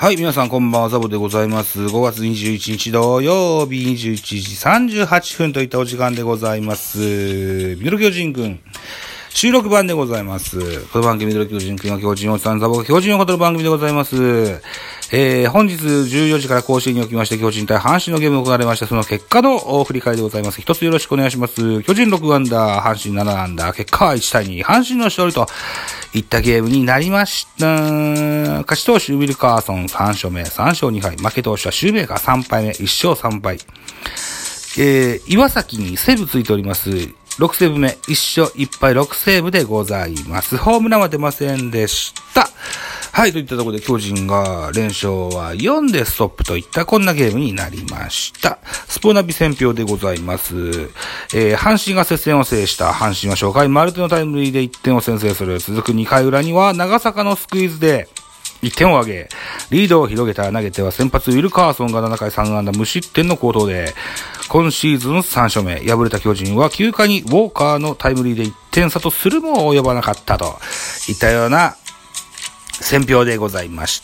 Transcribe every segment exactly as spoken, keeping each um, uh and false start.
はい、皆さんこんばんは、ザボでございます。ごがつにじゅういちにち土曜日にじゅういちじさんじゅうはっぷんといったお時間でございます。ミドル巨人くん、収録版でございます。この番組ミドル巨人くんが巨人をさんザボが巨人を語る番組でございます。えー、本日じゅうよじから甲子園におきまして巨人対阪神のゲームが行われました。その結果の振り返りでございます。一つよろしくお願いします。巨人ろくアンダー、阪神ななアンダー、結果はいちたいに、阪神の勝利といったゲームになりました。勝ち投手ウィルカーソンさんしょうめ、さんしょうにはい。負け投手はシューメーカーさんぱいめ、いっしょうさんぱい。えー、岩崎にセーブついております。ろくセーブ目、いっしょういっぱいろくセーブでございます。ホームランは出ませんでした。はい、といったところで巨人が連勝はよんでストップといったこんなゲームになりました。スポナビ選評でございます。えー、阪神が接戦を制した阪神は初回マルテのタイムリーでいってんを先制する。続くにかい裏には長坂のスクイズでいってんを挙げ、リードを広げた投げては先発ウィルカーソンがななかいさんあんだ無失点の好投で、今シーズンさんしょうめ、敗れた巨人はきゅうかいにウォーカーのタイムリーでいってん差とするも及ばなかったといったような選評でございました。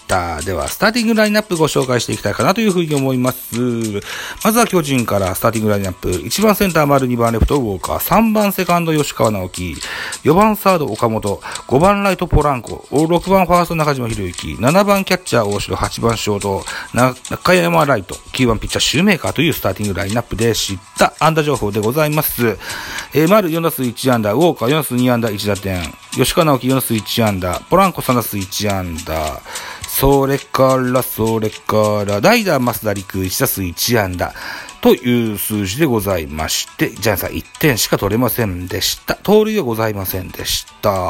では、スターティングラインナップご紹介していきたいかなというふうに思います。まずは巨人からスターティングラインナップ。いちばんセンター丸、にばんレフトウォーカー、さんばんセカンド吉川直樹、よばんサード岡本、ごばんライトポランコ、ろくばんファースト中島博之、ななばんキャッチャー大城、はちばんショート中山ライト、きゅうばんピッチャーシューメーカーというスターティングラインナップで知った安打情報でございます。えー、丸よんだすういちあんだ、ウォーカーよんだすうにあんだいちだてん、吉川直樹よんだすういちあんだ、ポランコさんだすういちあんだ、それから、それから、代打増田陸いちだすういちあんだという数字でございまして、ジャイアンツはいってんしか取れませんでした。盗塁はございませんでした。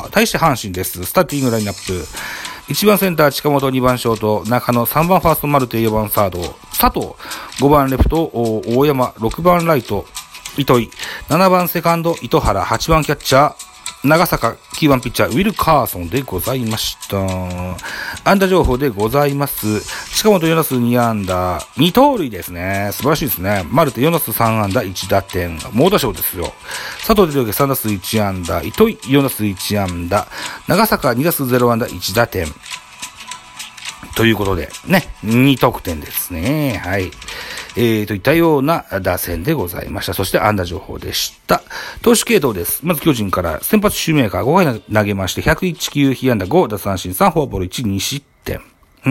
対して阪神です。スターティングラインナップ。いちばんセンター近本、にばんショート中野、さんばんファーストマルテ、よばんサード佐藤、ごばんレフト大山、ろくばんライト糸井、ななばんセカンド糸原、はちばんキャッチャー長坂、きゅうばんピッチャーウィルカーソンでございました。安打情報でございます。近本よんだすうにあんだ、に盗塁ですね。素晴らしいですね。マルテよんだすうさんあんだいちだてん、猛打賞ですよ。佐藤輝明さんだすういちあんだ、糸井よんだすういちあんだ、長坂にだすうゼロあんだいちだてんということでね、にとくてんですね。はい。えー、といったような打線でございました。そして安打情報でした。投手系統です。まず巨人から先発シューメーカーごかい投げましてひゃくいちきゅう被安打ご、奪三振さん、フォアボールいち、に失点。うん。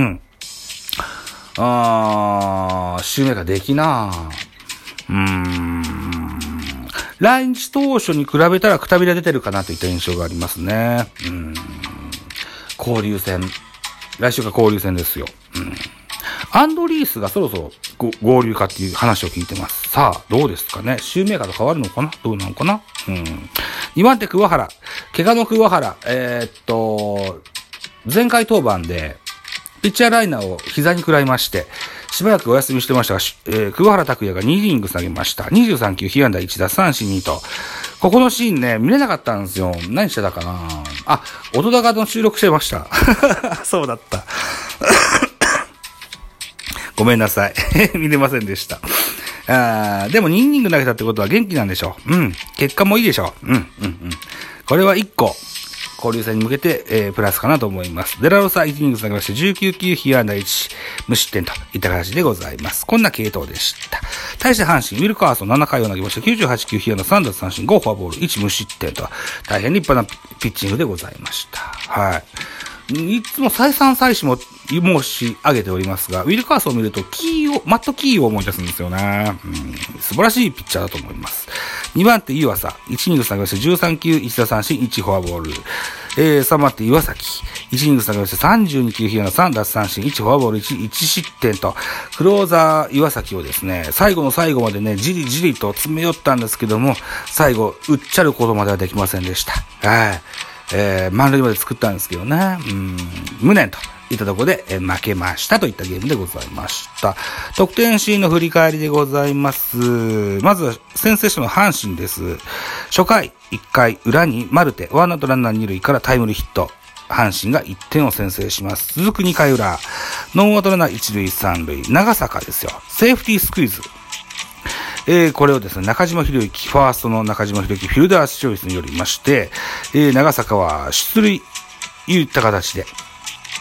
あー、シューメーカーできなー。うーん。来日当初に比べたらくたびれ出てるかなといった印象がありますね。うん。交流戦。来週が交流戦ですよ。うん。アンドリースがそろそろ合流かっていう話を聞いてます。さあ、どうですかね。シューメーカーと変わるのかな、どうなのかな。うん。にばん手桑原。怪我の桑原。えー、っと、前回登板で、ピッチャーライナーを膝に食らいまして、しばらくお休みしてましたが、えー、桑原拓也がにイニング投げました。にじゅうさんきゅう被安打いち、奪三振にと。ここのシーンね、見れなかったんですよ。何してたかな。あ、音高の収録してました。そうだった。ごめんなさい。見れませんでした。あー、でもにイニング投げたってことは元気なんでしょう。うん。結果もいいでしょう。うん、うん、うん。これはいっこ、交流戦に向けて、えー、プラスかなと思います。デラロサいちイニング投げましてじゅうきゅうきゅう被安打いち、無失点といった形でございます。こんな系統でした。対して阪神、ウィルカーソンななかいを投げましてきゅうじゅうはちきゅう被安打さん奪三振ご、フォアボールいち無失点と、大変立派なピッチングでございました。はい。いつも再三再四も申し上げておりますが、ウィルカーソンを見るとキーを、マットキーを思い出すんですよね。うん、素晴らしいピッチャーだと思います。にばん手湯浅、いちイニング投げましてじゅうさんきゅういち奪三振いちフォアボール。えー、さんばん手岩崎、いちイニング投げましてさんじゅうにきゅう被安打さん奪三振いちフォアボールいち、いち失点と、クローザー岩崎をですね、最後の最後までね、じりじりと詰め寄ったんですけども、最後、うっちゃることまではできませんでした。はい。えー、満塁まで作ったんですけどね、うん、無念といったところで、えー、負けましたといったゲームでございました。得点シーンの振り返りでございます。まずは先制者の阪神です。初回いっかい裏にマルテ、ワンアウトランナーに塁からタイムリーヒット。阪神がいってんを先制します。続くにかい裏、ノーアウトランナーいち塁さん塁、長坂ですよ。セーフティースクイズ。えー、これをですね、中島博之、ファーストの中島博之、フィルダースチョイスによりまして、えー、長坂は出塁、いった形で、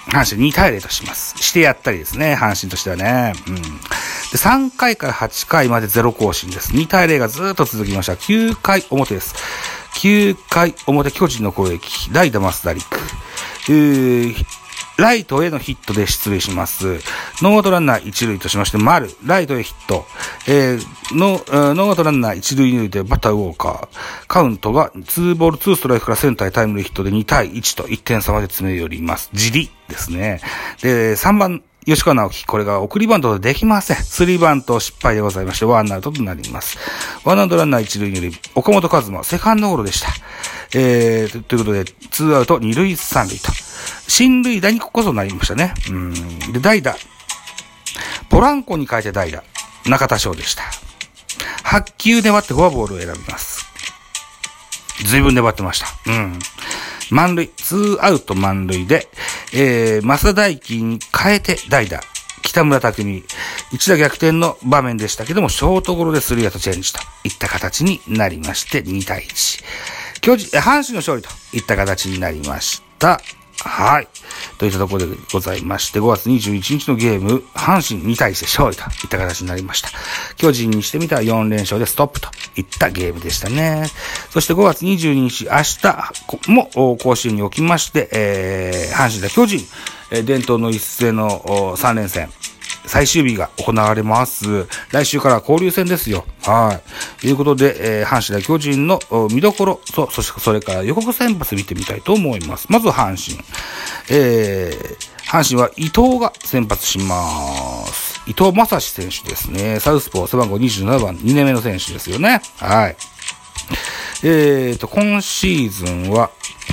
阪神にたいゼロとします。してやったりですね、阪神としてはね。うん。で、さんかいからはちかいまでゼロ更新です。にたいゼロがずっと続きました。きゅうかい表です。きゅうかい表、巨人の攻撃。代打増田陸。えー、ライトへのヒットで出塁します。ノーアウトランナー一塁としまして、丸、ライトへヒット。えー、ノー、ノーアウトランナー一塁二塁でバッターウォーカー。カウントがツーボールツーストライクからセンターへタイムリーヒットでにたいいちといってん差まで詰め寄ります。自利ですね。で、さんばん、吉川直樹、これが送りバントでできません。スリーバント失敗でございまして、ワンアウトとなります。ワンアウトランナー一塁二塁、岡本和真、セカンドゴロでした。えー、ということで、ツーアウト二塁三塁と。進塁打にこそなりましたね。うん。で、代打。ポランコに変えて代打。中田翔でした。はち球粘ってフォアボールを選びます。随分粘ってました。うん。満塁、ツーアウト満塁で、えー、増田大輝に変えて代打。北村匠海。一打逆転の場面でしたけども、ショートゴロでスリーアウトチェンジといった形になりまして、にたいいち。巨人、阪神の勝利といった形になりました。はい。といったところでございまして、ごがつにじゅういちにちのゲーム、阪神にたいいちで勝利といった形になりました。巨人にしてみたらよんれんしょうでストップといったゲームでしたね。そしてごがつにじゅうににち、明日も甲子園におきまして、えー、阪神対巨人、えー、伝統の一斉のさんれんせん。最終日が行われます。来週から交流戦ですよ。はい。ということで、えー、阪神対巨人の見どころ、そ、そして、それから予告先発見てみたいと思います。まず阪神。えー、阪神は伊藤が先発します。伊藤正史選手ですね。サウスポー背番号にじゅうななばん、にねんめの選手ですよね。はい。えーと、今シーズンは、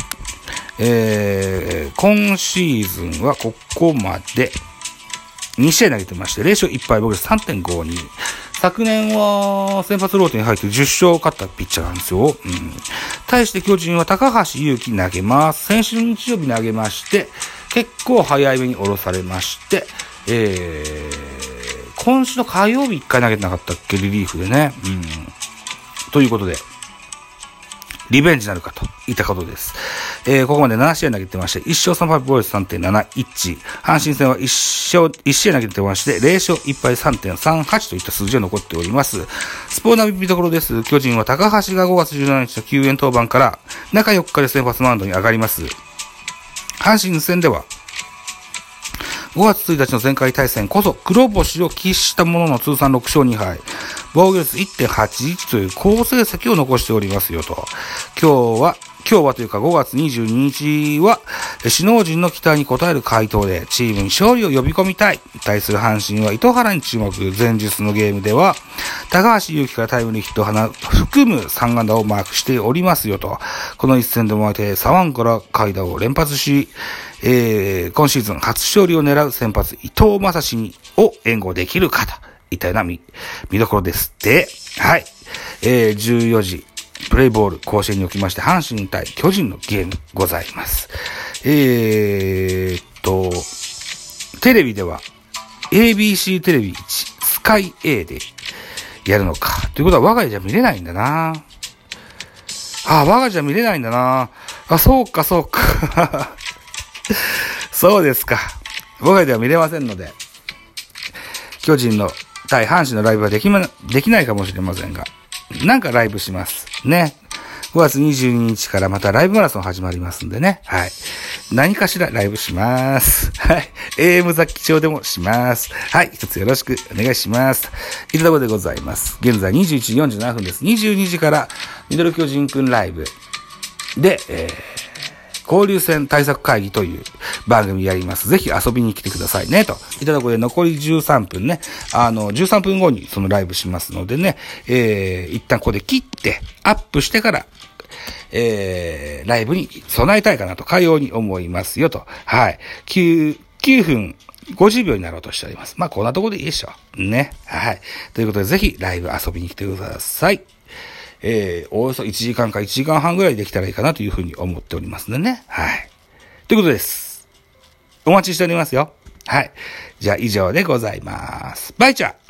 えー、今シーズンはここまで、にしあい投げてまして、ゼロしょういっぱい、防御率 さんてんごに。昨年は先発ローテに入ってじゅっしょう勝ったピッチャーなんですよ。うん。対して巨人は高橋優貴投げます。先週の日曜日投げまして、結構早いめに下ろされまして、えー、今週の火曜日いっかい投げてなかったっけ、リリーフでね。うん。ということで、リベンジなるかといったことです。えー、ここまでななしあい投げてまして、いっしょうさんぱい防御率 さんてんなないち。阪神戦はいっしょう、いちしあい投げてまして、ゼロしょういっぱい さんてんさんはち といった数字が残っております。スポーナビ見どころです。巨人は高橋がごがつじゅうしちにちの救援登板から中よっかで先発マウンドに上がります。阪神戦では、ごがつついたちの前回対戦こそ黒星を喫したものの通算ろくしょうにはい。防御率 いってんはちいち という好成績を残しておりますよと。今日は、今日はというかごがつにじゅうににちは、首脳陣の期待に応える回答でチームに勝利を呼び込みたい。対する阪神は糸原に注目。前日のゲームでは、高橋優貴からタイムリーヒットを含むさんあんだをマークしておりますよと。この一戦でもあて左腕から快打を連発し、えー、今シーズン初勝利を狙う先発伊藤正史を援護できるかといったような見、見どころですって。はい。えー、じゅうよじ。プレイボール甲子園におきまして阪神対巨人のゲームございます。えーっと、テレビでは エービーシー テレビいちスカイ A でやるのか。ということは我が家じゃ見れないんだな。あ、我が家じゃ見れないんだな。あ、そうかそうか。そうですか。我が家では見れませんので、巨人の対阪神のライブはできま、できないかもしれませんが、なんかライブします。ね。ごがつにじゅうににちからまたライブマラソン始まりますんでね。はい。何かしらライブします。はい。エーエム 雑記帳でもします。はい。一つよろしくお願いします。いったところでございます。現在にじゅういちじよんじゅうななふんです。にじゅうにじからミドル巨人くんライブで、えー交流戦対策会議という番組やります。ぜひ遊びに来てくださいね。といったところで残りじゅうさんぷんね。あの、じゅうさんぷんごにそのライブしますのでね。えー、一旦ここで切って、アップしてから、えー、ライブに備えたいかなと、かように思いますよと。はい。きゅう、きゅうふんごじゅうびょうになろうとしております。まあ、こんなところでいいでしょう。ね。はい。ということで、ぜひライブ遊びに来てください。えー、およそいちじかんかいちじかんはんぐらいできたらいいかなというふうに思っておりますんでね。はい。ということです。お待ちしておりますよ。はい。じゃあ以上でございます。バイチャー